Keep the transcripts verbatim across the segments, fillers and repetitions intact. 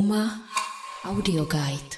Trauma Audio Guide.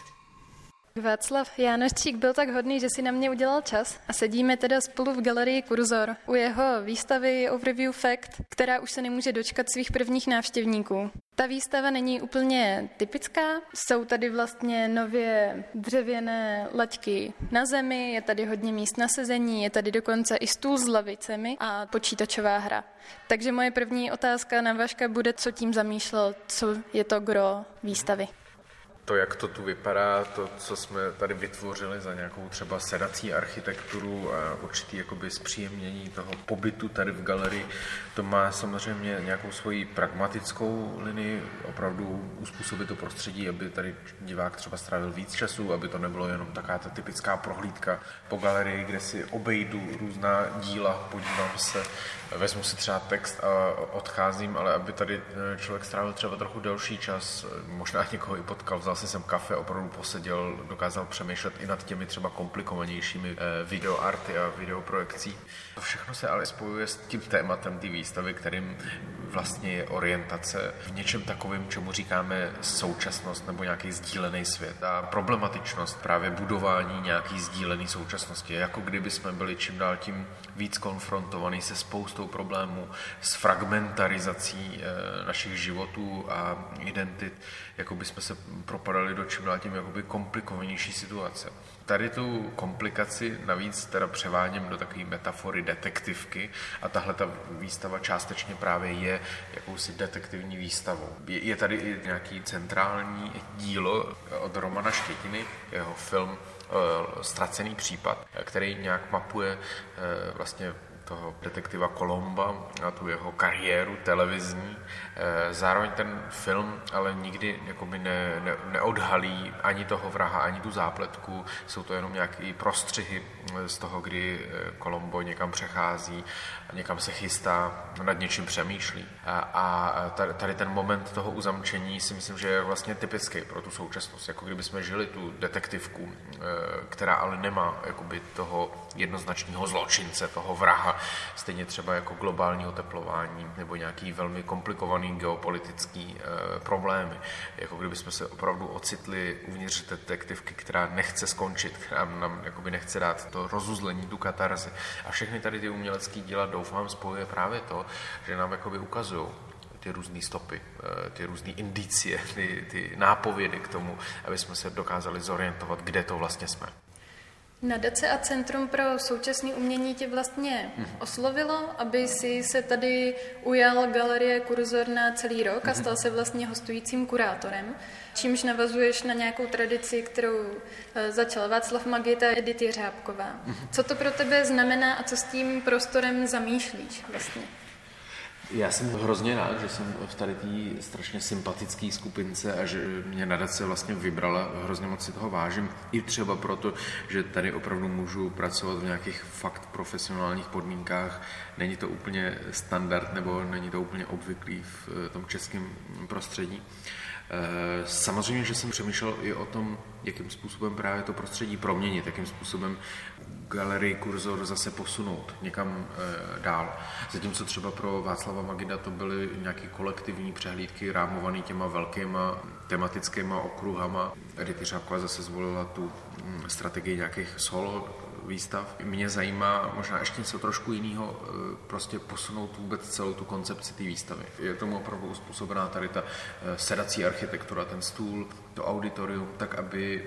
Václav Jánoščík byl tak hodný, že si na mě udělal čas a sedíme teda spolu v galerii Kurzor u jeho výstavy Overview Fact, která už se nemůže dočkat svých prvních návštěvníků. Ta výstava není úplně typická, jsou tady vlastně nově dřevěné laťky na zemi, je tady hodně míst na sezení, je tady dokonce i stůl s lavicemi a počítačová hra. Takže moje první otázka na Vaška bude, co tím zamýšlel, co je to gro výstavy. To, jak to tu vypadá, to, co jsme tady vytvořili za nějakou třeba sedací architekturu a určitý jakoby zpříjemnění toho pobytu tady v galerii, to má samozřejmě nějakou svoji pragmatickou linii, opravdu uspůsobit to prostředí, aby tady divák třeba strávil víc času, aby to nebylo jenom taková ta typická prohlídka po galerii, kde si obejdu různá díla, podívám se, vezmu si třeba text a odcházím, ale aby tady člověk strávil třeba trochu delší čas, možná někoho i potkal, vzal si sem kafe, opravdu poseděl, dokázal přemýšlet i nad těmi třeba komplikovanějšími videoarty a videoprojekcí. To všechno se ale spojuje s tím tématem té výstavy, kterým vlastně je orientace v něčem takovém, čemu říkáme současnost nebo nějaký sdílený svět. A problematičnost právě budování nějaký sdílený současnosti, jako kdyby jsme byli čím dál tím víc konfrontovaní se spoustou problémů, s fragmentarizací e, našich životů a identit, jako by jsme se propadali do čím dál tím jakoby komplikovanější situace. Tady tu komplikaci navíc teda převáděm do takové metafory detektivky a tahle ta výstava částečně právě je jakousi detektivní výstavou. Je, je tady i nějaký centrální dílo od Romana Štětiny, jeho film Ztracený případ, který nějak mapuje vlastně toho detektiva Colomba a tu jeho kariéru televizní. Zároveň ten film ale nikdy jakoby ne, ne, neodhalí ani toho vraha, ani tu zápletku. Jsou to jenom nějaké prostřihy z toho, kdy Colombo někam přechází, někam se chystá, nad něčím přemýšlí. A, a tady ten moment toho uzamčení si myslím, že je vlastně typický pro tu současnost. Jako kdyby jsme žili tu detektivku, která ale nemá jakoby toho jednoznačného zločince, toho vraha, stejně třeba jako globální oteplování nebo nějaký velmi komplikovaný geopolitický e, problémy. Jako kdyby jsme se opravdu ocitli uvnitř detektivky, která nechce skončit, která nám jakoby nechce dát to rozuzlení, tu katarzi. A všechny tady ty umělecké díla, doufám, spojuje právě to, že nám jakoby ukazují ty různé stopy, ty různé indicie, ty, ty nápovědy k tomu, aby jsme se dokázali zorientovat, kde to vlastně jsme. Nadace a Centrum pro současné umění tě vlastně oslovilo, aby si se tady ujal galerie Kurzor na celý rok a stal se vlastně hostujícím kurátorem, čímž navazuješ na nějakou tradici, kterou začal Václav Magid a Edith Jeřábková. Co to pro tebe znamená a co s tím prostorem zamýšlíš vlastně? Já jsem hrozně rád, že jsem v tady té strašně sympatické skupince a že mě nadace vlastně vybrala, hrozně moc si toho vážím. I třeba proto, že tady opravdu můžu pracovat v nějakých fakt profesionálních podmínkách. Není to úplně standard nebo není to úplně obvyklý v tom českém prostředí. Samozřejmě, že jsem přemýšlel i o tom, jakým způsobem právě to prostředí proměnit, jakým způsobem galerii Kurzor zase posunout někam e, dál. Zatímco třeba pro Václava Magida to byly nějaké kolektivní přehlídky rámované těma velkýma tematickýma okruhama. Edith Jeřábková zase zvolila tu m, strategii nějakých solo výstav. Mě zajímá možná ještě něco trošku jiného, prostě posunout vůbec celou tu koncepci té výstavy. Je tomu opravdu uspůsobená tady ta sedací architektura, ten stůl, to auditorium, tak aby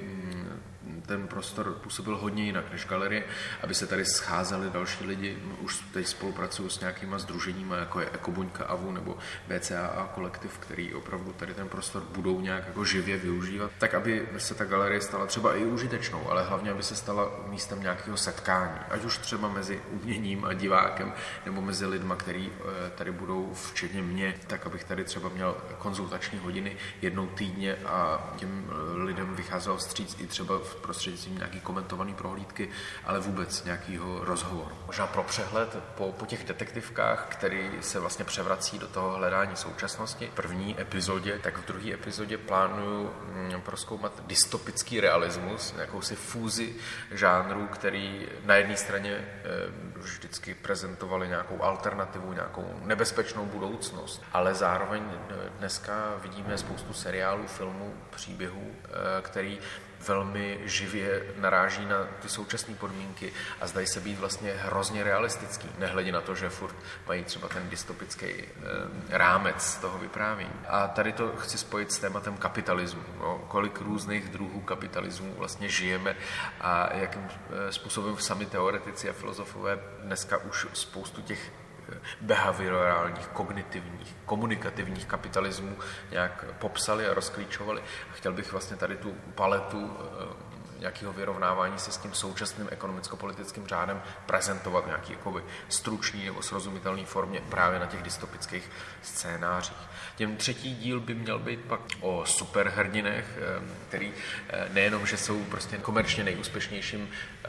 ten prostor působil hodně jinak než galerie, aby se tady scházeli další lidi. Už teď spolupracuju s nějakýma sdruženíma, jako je Ekobuňka A V U nebo B C A A kolektiv, který opravdu tady ten prostor budou nějak jako živě využívat, tak aby se ta galerie stala třeba i užitečnou, ale hlavně, aby se stala místem nějakého setkání, ať už třeba mezi uměním a divákem, nebo mezi lidma, který tady budou, včetně mě, tak abych tady třeba měl konzultační hodiny jednou týdně a těm lidem vycházel vstříc i třeba v prostřednictvím nějaký komentovaný prohlídky, ale vůbec nějakého rozhovoru. Možná pro přehled po, po těch detektivkách, který se vlastně převrací do toho hledání současnosti. V první epizodě, tak v druhé epizodě plánuju prozkoumat dystopický realismus, jakousi fúzi žánrů, který na jedné straně vždycky prezentovali nějakou alternativu, nějakou nebezpečnou budoucnost, ale zároveň dneska vidíme spoustu seriálů, filmů, příběhů, který velmi živě naráží na ty současné podmínky a zdají se být vlastně hrozně realistický, nehledě na to, že furt mají třeba ten dystopický e, rámec toho vyprávění. A tady to chci spojit s tématem kapitalismu. No, kolik různých druhů kapitalismu vlastně žijeme a jakým způsobem sami teoretici a filozofové dneska už spoustu těch behaviorálních, kognitivních, komunikativních kapitalismů nějak popsali a rozklíčovali. A chtěl bych vlastně tady tu paletu nějakého vyrovnávání se s tím současným ekonomicko-politickým řádem prezentovat nějaký jakoby stručný nebo srozumitelný formě právě na těch dystopických scénářích. Tím třetí díl by měl být pak o superhrdinech, který nejenom, že jsou prostě komerčně nejúspěšnějším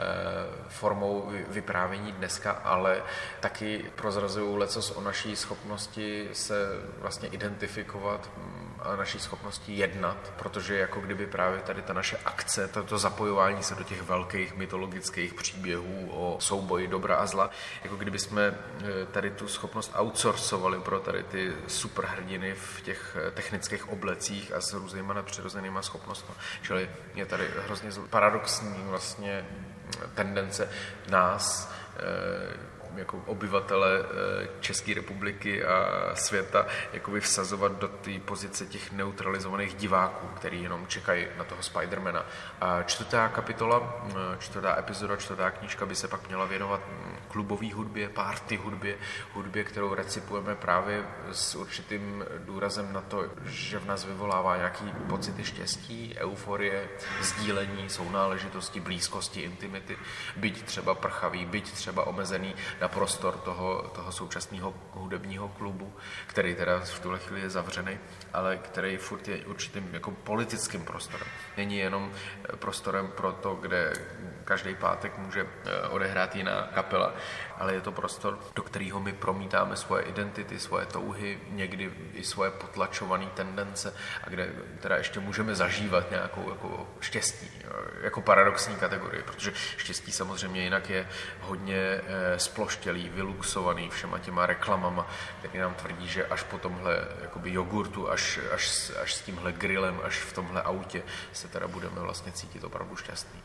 formou vyprávění dneska, ale taky prozrazují lecos o naší schopnosti se vlastně identifikovat a naší schopnosti jednat, protože jako kdyby právě tady ta naše akce, to zapojování se do těch velkých mytologických příběhů o souboji dobra a zla, jako kdyby jsme tady tu schopnost outsourcovali pro tady ty superhrdiny v těch technických oblecích a s různýma nadpřirozenýma schopnostmi. Čili je tady hrozně paradoxní vlastně tendence nás, jako obyvatele České republiky a světa jakoby vsazovat do té pozice těch neutralizovaných diváků, který jenom čekají na toho Spidermana. A čtvrtá kapitola, čtvrtá epizoda, čtvrtá knížka by se pak měla věnovat klubové hudbě, party hudbě, hudbě, kterou recipujeme právě s určitým důrazem na to, že v nás vyvolává nějaký pocity štěstí, euforie, sdílení, sounáležitosti, blízkosti, intimity, byť třeba prchavý, byť třeba omezený na prostor toho, toho současného hudebního klubu, který teda v tuhle chvíli je zavřený, ale který furt je určitým jako politickým prostorem. Není jenom prostorem pro to, kde každý pátek může odehrát jiná kapela, ale je to prostor, do kterého my promítáme svoje identity, svoje touhy, někdy i svoje potlačované tendence a kde teda ještě můžeme zažívat nějakou jako štěstí, jako paradoxní kategorii, protože štěstí samozřejmě jinak je hodně sploštělý, vyluxovaný všema těma reklamama, který nám tvrdí, že až po tomhle jakoby jogurtu, až, až, až s tímhle grillem, až v tomhle autě se teda budeme vlastně cítit opravdu šťastný.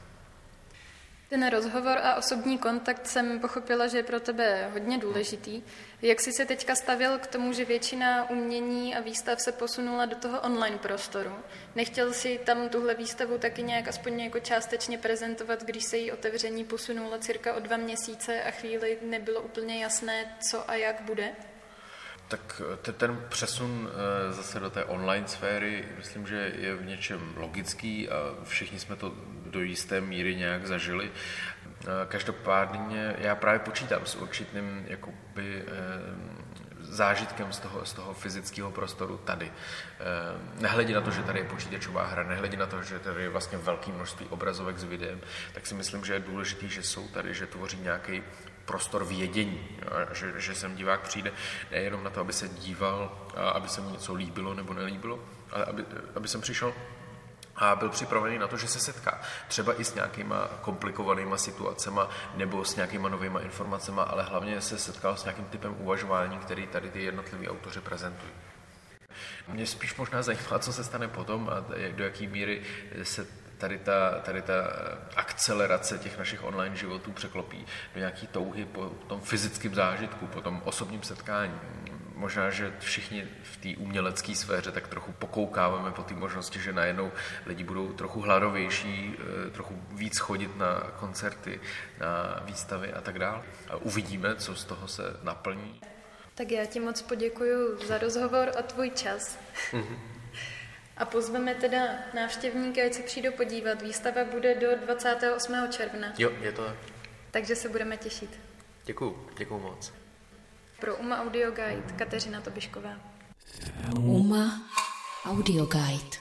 Ten rozhovor a osobní kontakt jsem pochopila, že je pro tebe hodně důležitý. Jak jsi se teďka stavěl k tomu, že většina umění a výstav se posunula do toho online prostoru? Nechtěl jsi tam tuhle výstavu taky nějak aspoň jako částečně prezentovat, když se jí otevření posunulo cirka o dva měsíce a chvíli nebylo úplně jasné, co a jak bude? Tak ten přesun zase do té online sféry, myslím, že je v něčem logický a všichni jsme to do jisté míry nějak zažili. Každopádně já právě počítám s určitým jakoby zážitkem z toho, z toho fyzického prostoru tady. Nehledě na to, že tady je počítačová hra, nehledě na to, že tady je vlastně velké množství obrazovek s videem, tak si myslím, že je důležité, že jsou tady, že tvoří nějaký prostor vědění, že, že sem divák přijde nejenom na to, aby se díval, aby se mu něco líbilo nebo nelíbilo, ale aby, aby sem přišel a byl připravený na to, že se setká třeba i s nějakýma komplikovanýma situacema nebo s nějakýma novýma informacema, ale hlavně se setkal s nějakým typem uvažování, který tady ty jednotliví autoři prezentují. Mě spíš možná zajímá, co se stane potom a do jaký míry se tady ta, tady ta akcelerace těch našich online životů překlopí do nějaký touhy po tom fyzickém zážitku, po tom osobním setkání. Možná, že všichni v té umělecké sféře tak trochu pokoukáváme po té možnosti, že najednou lidi budou trochu hladovější, trochu víc chodit na koncerty, na výstavy a tak dále. A uvidíme, co z toho se naplní. Tak já ti moc poděkuju za rozhovor a tvůj čas. Mm-hmm. A pozveme teda návštěvníky, ať se přijdou podívat. Výstava bude do dvacátého osmého června. Jo, je to tak. Takže se budeme těšit. Děkuju, děkuju moc. Pro UMA Audio Guide Kateřina Tobišková. UMA Audio Guide.